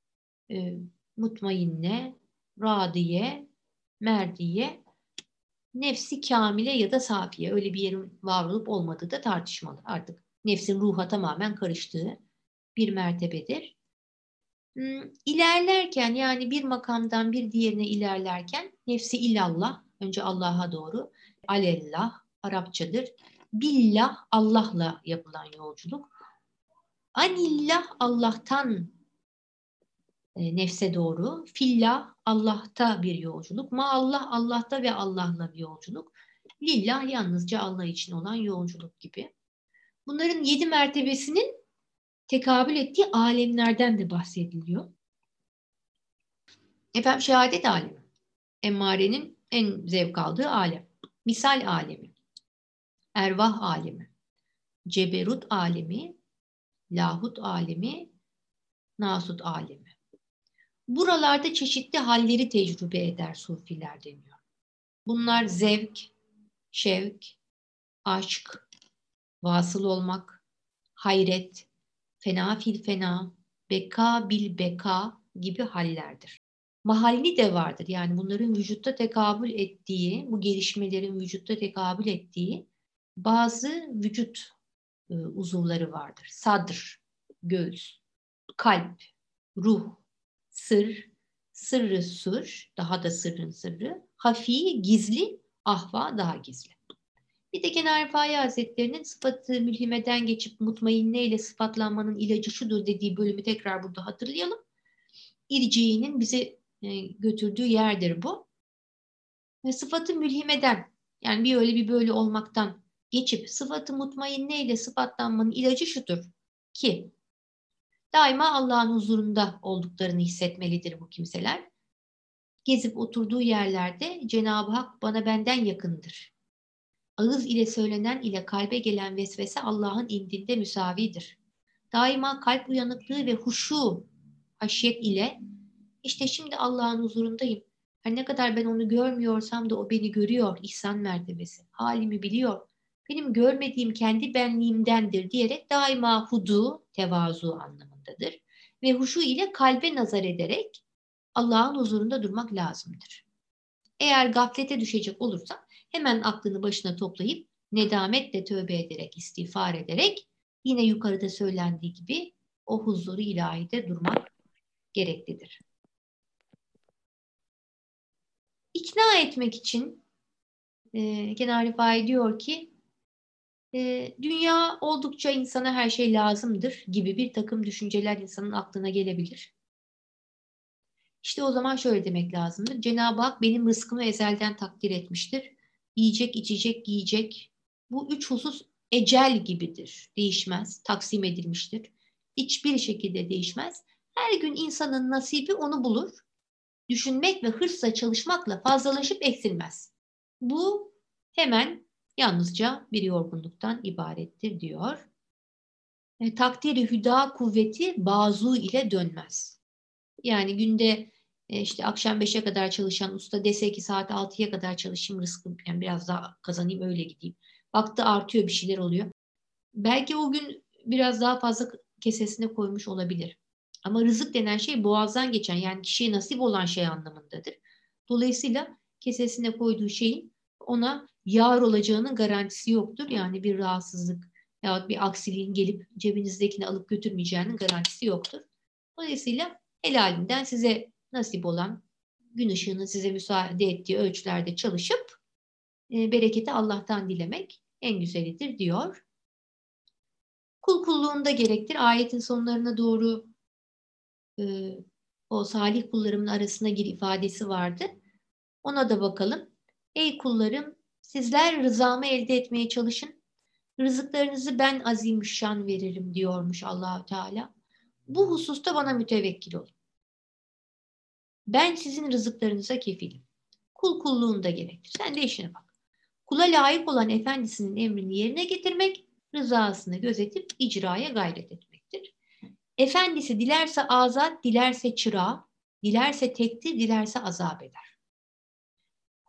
mutmainne, radiye, merdiye, nefsi kamile ya da safiye. Öyle bir yerin var olup olmadığı da tartışmalı. Artık nefsin ruha tamamen karıştığı bir mertebedir. İlerlerken yani bir makamdan bir diğerine ilerlerken nefsi illallah, önce Allah'a doğru, alellah, Arapçadır. Billah, Allah'la yapılan yolculuk. Anillah, Allah'tan nefse doğru. Fillah, Allah'ta bir yolculuk. Maallah, Allah'ta ve Allah'la bir yolculuk. Lillah, yalnızca Allah için olan yolculuk gibi. Bunların 7 mertebesinin tekabül ettiği alemlerden de bahsediliyor. Efendim şehadet alemi. Emmarenin en zevk aldığı alem. Misal alemi. Ervah alemi. Ceberut alemi. Lahut alemi. Nasut alemi. Buralarda çeşitli halleri tecrübe eder sufiler deniyor. Bunlar zevk, şevk, aşk, vasıl olmak, hayret, fena fil fena, beka bil beka gibi hallerdir. Mahalli de vardır. Yani bunların vücutta tekabül ettiği, bu gelişmelerin vücutta tekabül ettiği bazı vücut uzuvları vardır. Sadr, göğüs, kalp, ruh, sır, sırrı sır, daha da sırrın sırrı, hafi, gizli, ahva, daha gizli. Bir de Kenar Rifai Hazretleri'nin sıfatı mülhimeden geçip mutmainne ile sıfatlanmanın ilacı şudur dediği bölümü tekrar burada hatırlayalım. İrciğinin bizi götürdüğü yerdir bu. Ve sıfatı mülhimeden yani bir öyle bir böyle olmaktan geçip sıfatı mutmainne ile sıfatlanmanın ilacı şudur ki daima Allah'ın huzurunda olduklarını hissetmelidir bu kimseler. Gezip oturduğu yerlerde Cenab-ı Hak bana benden yakındır. Ağız ile söylenen ile kalbe gelen vesvese Allah'ın indinde müsavidir. Daima kalp uyanıklığı ve huşu, haşyet ile işte şimdi Allah'ın huzurundayım. Her ne kadar ben onu görmüyorsam da o beni görüyor, ihsan mertebesi. Halimi biliyor. Benim görmediğim kendi benliğimdendir diyerek daima hudu, tevazu anlamındadır. Ve huşu ile kalbe nazar ederek Allah'ın huzurunda durmak lazımdır. Eğer gaflete düşecek olursa hemen aklını başına toplayıp nedametle tövbe ederek, istiğfar ederek yine yukarıda söylendiği gibi o huzuru ilahide durmak gereklidir. İkna etmek için Kenar Rifai diyor ki dünya oldukça insana her şey lazımdır gibi bir takım düşünceler insanın aklına gelebilir. İşte o zaman şöyle demek lazımdır. Cenab-ı Hak benim rızkımı ezelden takdir etmiştir. Yiyecek, içecek, giyecek. Bu 3 husus ecel gibidir. Değişmez, taksim edilmiştir. Hiçbir şekilde değişmez. Her gün insanın nasibi onu bulur. Düşünmek ve hırsla çalışmakla fazlalaşıp eksilmez. Bu hemen yalnızca bir yorgunluktan ibarettir diyor. Takdiri hüda kuvveti bazu ile dönmez. Yani günde işte akşam 5'e kadar çalışan usta dese ki saat 6'ya kadar çalışayım rızkım yani biraz daha kazanayım öyle gideyim. Baktı artıyor bir şeyler oluyor. Belki o gün biraz daha fazla kesesine koymuş olabilir. Ama rızık denen şey boğazdan geçen yani kişiye nasip olan şey anlamındadır. Dolayısıyla kesesine koyduğu şeyin ona yar olacağının garantisi yoktur. Yani bir rahatsızlık yahut bir aksiliğin gelip cebinizdekini alıp götürmeyeceğinin garantisi yoktur. Dolayısıyla helalinden size nasip olan gün ışığının size müsaade ettiği ölçülerde çalışıp bereketi Allah'tan dilemek en güzelidir diyor. Kul kulluğunda gerektir. Ayetin sonlarına doğru o salih kullarımın arasına gir ifadesi vardı. Ona da bakalım. Ey kullarım sizler rızamı elde etmeye çalışın. Rızıklarınızı ben azimüşşan veririm diyormuş Allah-u Teala. Bu hususta bana mütevekkil olun. Ben sizin rızıklarınıza kefilim. Kul kulluğunda gerektir. Sen de işine bak. Kula layık olan efendisinin emrini yerine getirmek, rızasını gözetip icraya gayret etmektir. Efendisi dilerse azat, dilerse çırağı, dilerse tektir, dilerse azap eder.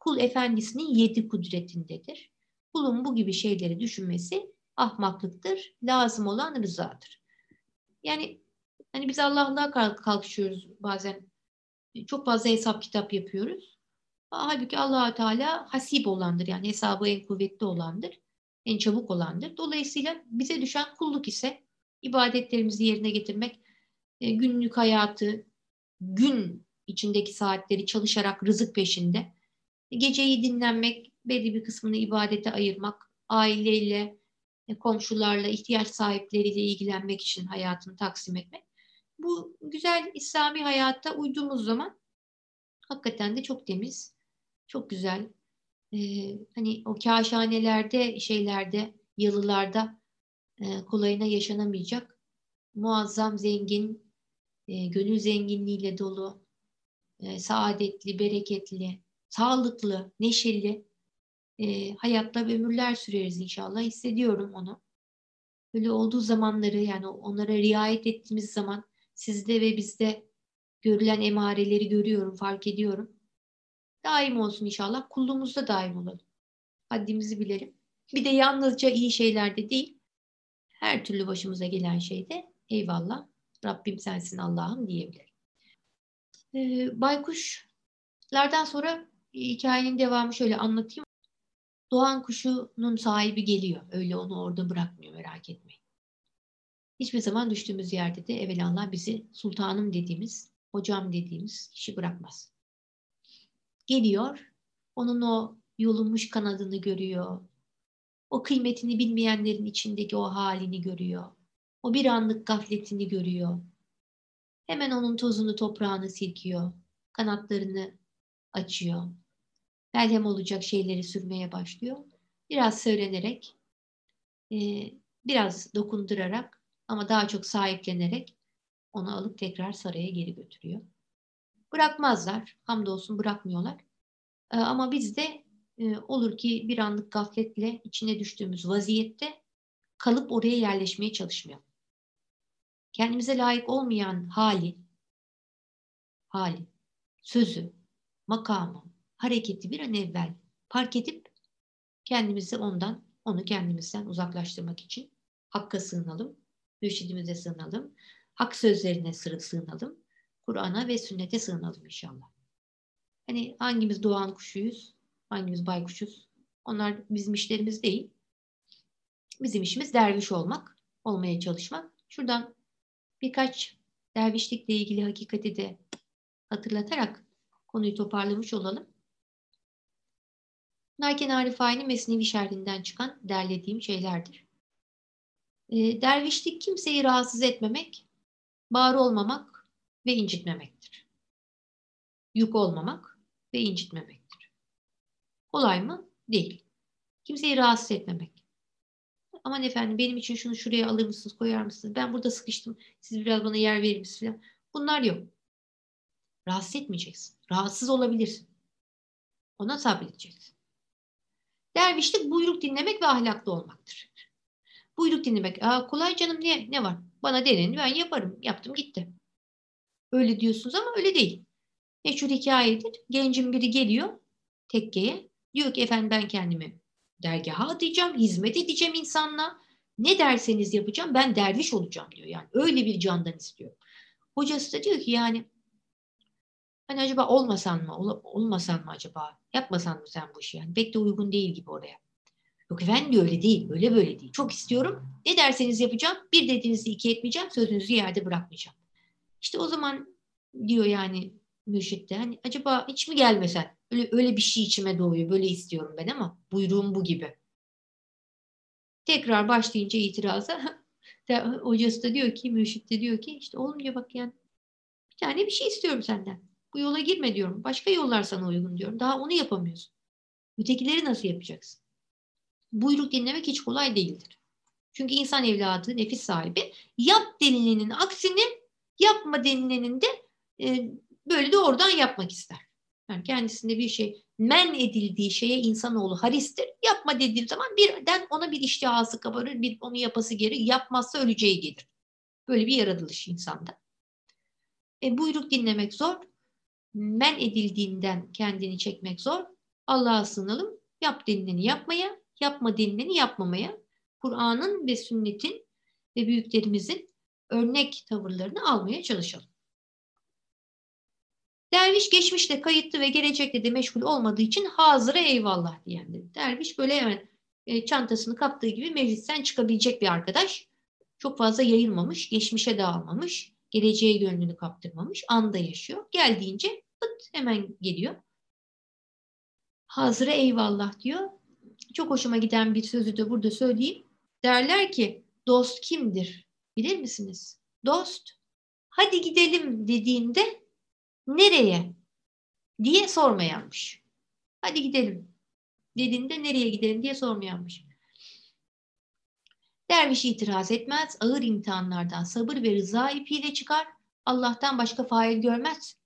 Kul efendisinin 7 kudretindedir. Kulun bu gibi şeyleri düşünmesi ahmaklıktır. Lazım olan rızadır. Yani hani biz Allah'la kalkışıyoruz bazen. Çok fazla hesap kitap yapıyoruz. Halbuki Allah Teala hasip olandır. Yani hesabı en kuvvetli olandır. En çabuk olandır. Dolayısıyla bize düşen kulluk ise ibadetlerimizi yerine getirmek, günlük hayatı, gün içindeki saatleri çalışarak rızık peşinde, geceyi dinlenmek, belli bir kısmını ibadete ayırmak, aileyle, komşularla, ihtiyaç sahipleriyle ilgilenmek için hayatını taksim etmek. Bu güzel İslami hayata uyduğumuz zaman hakikaten de çok temiz, çok güzel. Hani o kâşhanelerde, şeylerde, yalılarda kolayına yaşanamayacak muazzam zengin, gönül zenginliğiyle dolu, saadetli, bereketli, sağlıklı, neşeli hayatla ve ömürler süreriz inşallah. Hissediyorum onu. Böyle olduğu zamanları, yani onlara riayet ettiğimiz zaman sizde ve bizde görülen emareleri görüyorum, fark ediyorum. Daim olsun inşallah. Kulluğumuzda daim olalım. Haddimizi bilelim. Bir de yalnızca iyi şeylerde değil, her türlü başımıza gelen şeyde eyvallah, Rabbim sensin Allah'ım diyebilirim. Baykuşlardan sonra hikayenin devamı şöyle anlatayım. Doğan kuşunun sahibi geliyor. Öyle onu orada bırakmıyor, merak etmeyin. Hiçbir zaman düştüğümüz yerde de evelallah bizi sultanım dediğimiz, hocam dediğimiz kişi bırakmaz. Geliyor, onun o yolunmuş kanadını görüyor. O kıymetini bilmeyenlerin içindeki o halini görüyor. O bir anlık gafletini görüyor. Hemen onun tozunu toprağını silkiyor. Kanatlarını açıyor. Melhem olacak şeyleri sürmeye başlıyor. Biraz söylenerek, e, biraz dokundurarak ama daha çok sahiplenerek onu alıp tekrar saraya geri götürüyor. Bırakmazlar. Hamdolsun bırakmıyorlar. Ama bizde olur ki bir anlık gafletle içine düştüğümüz vaziyette kalıp oraya yerleşmeye çalışmıyor. Kendimize layık olmayan hali, sözü, makamı, hareketi bir an evvel fark edip kendimizi onu kendimizden uzaklaştırmak için Hakk'a sığınalım, mürşidimize sığınalım, hak sözlerine sığınalım, Kur'an'a ve sünnete sığınalım inşallah. Hani hangimiz doğan kuşuyuz, hangimiz baykuşuz, onlar bizim işlerimiz değil. Bizim işimiz derviş olmaya çalışmak. Şuradan birkaç dervişlikle ilgili hakikati de hatırlatarak konuyu toparlamış olalım. Naken Arifay'ın Mesnevi şerhinden çıkan derlediğim şeylerdir. Dervişlik kimseyi rahatsız etmemek, bağır olmamak ve incitmemektir. Yük olmamak ve incitmemektir. Kolay mı? Değil. Kimseyi rahatsız etmemek. Aman efendim benim için şunu şuraya alır mısınız, koyar mısınız? Ben burada sıkıştım. Siz biraz bana yer verir misiniz falan. Bunlar yok. Rahatsız etmeyeceksin. Rahatsız olabilirsin. Ona sabredeceksin. Dervişlik buyruk dinlemek ve ahlaklı olmaktır. Buyruk dinlemek. Kolay canım ne var? Bana deneni ben yaparım. Yaptım gitti. Öyle diyorsunuz ama öyle değil. Meşhur hikayedir. Gencin biri geliyor tekkeye. Diyor ki efendim ben kendimi dergaha atacağım. Hizmet edeceğim insanla. Ne derseniz yapacağım. Ben derviş olacağım diyor. Yani öyle bir candan istiyor. Hocası da diyor ki yani hani acaba olmasan mı acaba? Yapmasan mı sen bu işi? Yani pek de uygun değil gibi oraya. Yok efendim diyor öyle değil. Böyle değil. Çok istiyorum. Ne derseniz yapacağım. Bir dediğinizi iki etmeyeceğim. Sözünüzü yerde bırakmayacağım. İşte o zaman diyor yani mürşit de hani acaba hiç mi gelmesen? Öyle bir şey içime doğuyor. Böyle istiyorum ben ama buyruğum bu gibi. Tekrar başlayınca itiraza hocası da diyor ki mürşit de diyor ki işte oğlum diyor bak yani bir tane bir şey istiyorum senden. Bu yola girme diyorum. Başka yollar sana uygun diyorum. Daha onu yapamıyorsun. Ötekileri nasıl yapacaksın? Buyruk dinlemek hiç kolay değildir. Çünkü insan evladı, nefis sahibi yap denilenin aksini yapma denilenin de böyle de oradan yapmak ister. Yani kendisinde bir şey men edildiği şeye insanoğlu haristir. Yapma dediğim zaman birden ona bir iştihası kabarır, bir onu yapası gelir. Yapmazsa öleceği gelir. Böyle bir yaratılış insanda. Buyruk dinlemek zor. Men edildiğinden kendini çekmek zor. Allah'a sığınalım. Yap denileni yapmaya, yapma denileni yapmamaya. Kur'an'ın ve sünnetin ve büyüklerimizin örnek tavırlarını almaya çalışalım. Derviş geçmişte kayıtlı ve gelecekte de meşgul olmadığı için hazıra eyvallah diyendir. Derviş böyle hemen çantasını kaptığı gibi meclisten çıkabilecek bir arkadaş. Çok fazla yayılmamış, geçmişe dağılmamış, geleceğe gönlünü kaptırmamış, anda yaşıyor. Geldiğince pıt hemen geliyor. Hazıra eyvallah diyor. Çok hoşuma giden bir sözü de burada söyleyeyim. Derler ki dost kimdir? Bilir misiniz? Dost, hadi gidelim dediğinde nereye diye sormayanmış. Hadi gidelim dediğinde nereye gidelim diye sormayanmış. Derviş itiraz etmez, ağır imtihanlardan sabır ve rıza ipiyle çıkar, Allah'tan başka fail görmez.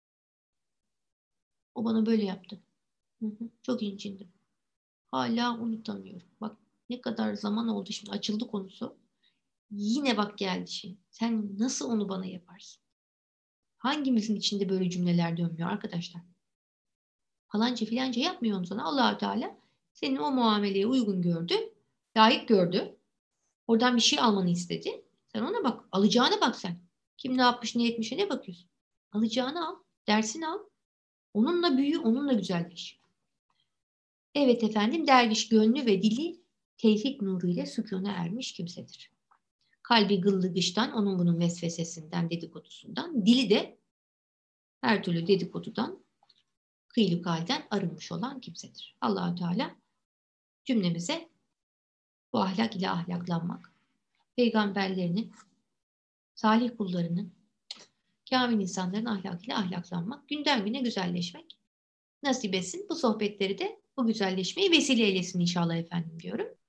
O bana böyle yaptı. Çok incindim. Hala unutamıyorum. Bak ne kadar zaman oldu şimdi açıldı konusu. Yine bak geldi şey. Sen nasıl onu bana yaparsın? Hangimizin içinde böyle cümleler dönmüyor arkadaşlar? Falanca filanca yapmıyor mu sana? Allah-u Teala senin o muameleye uygun gördü, layık gördü. Oradan bir şey almanı istedi. Sen ona bak. Alacağına bak sen. Kim ne yapmış, ne etmişe ne bakıyorsun? Alacağını al. Dersini al. Onunla büyü, onunla güzelleş. Evet efendim, derviş gönlü ve dili tevfik nuru ile sükûne ermiş kimsedir. Kalbi gıllı gıştan, onun bunun vesvesesinden, dedikodusundan, dili de her türlü dedikodudan, kıylıkalden arınmış olan kimsedir. Allah-u Teala cümlemize bu ahlak ile ahlaklanmak, peygamberlerinin, salih kullarının, kamil insanların ahlakıyla ahlaklanmak, günden güne güzelleşmek nasip etsin. Bu sohbetleri de bu güzelleşmeyi vesile eylesin inşallah efendim diyorum.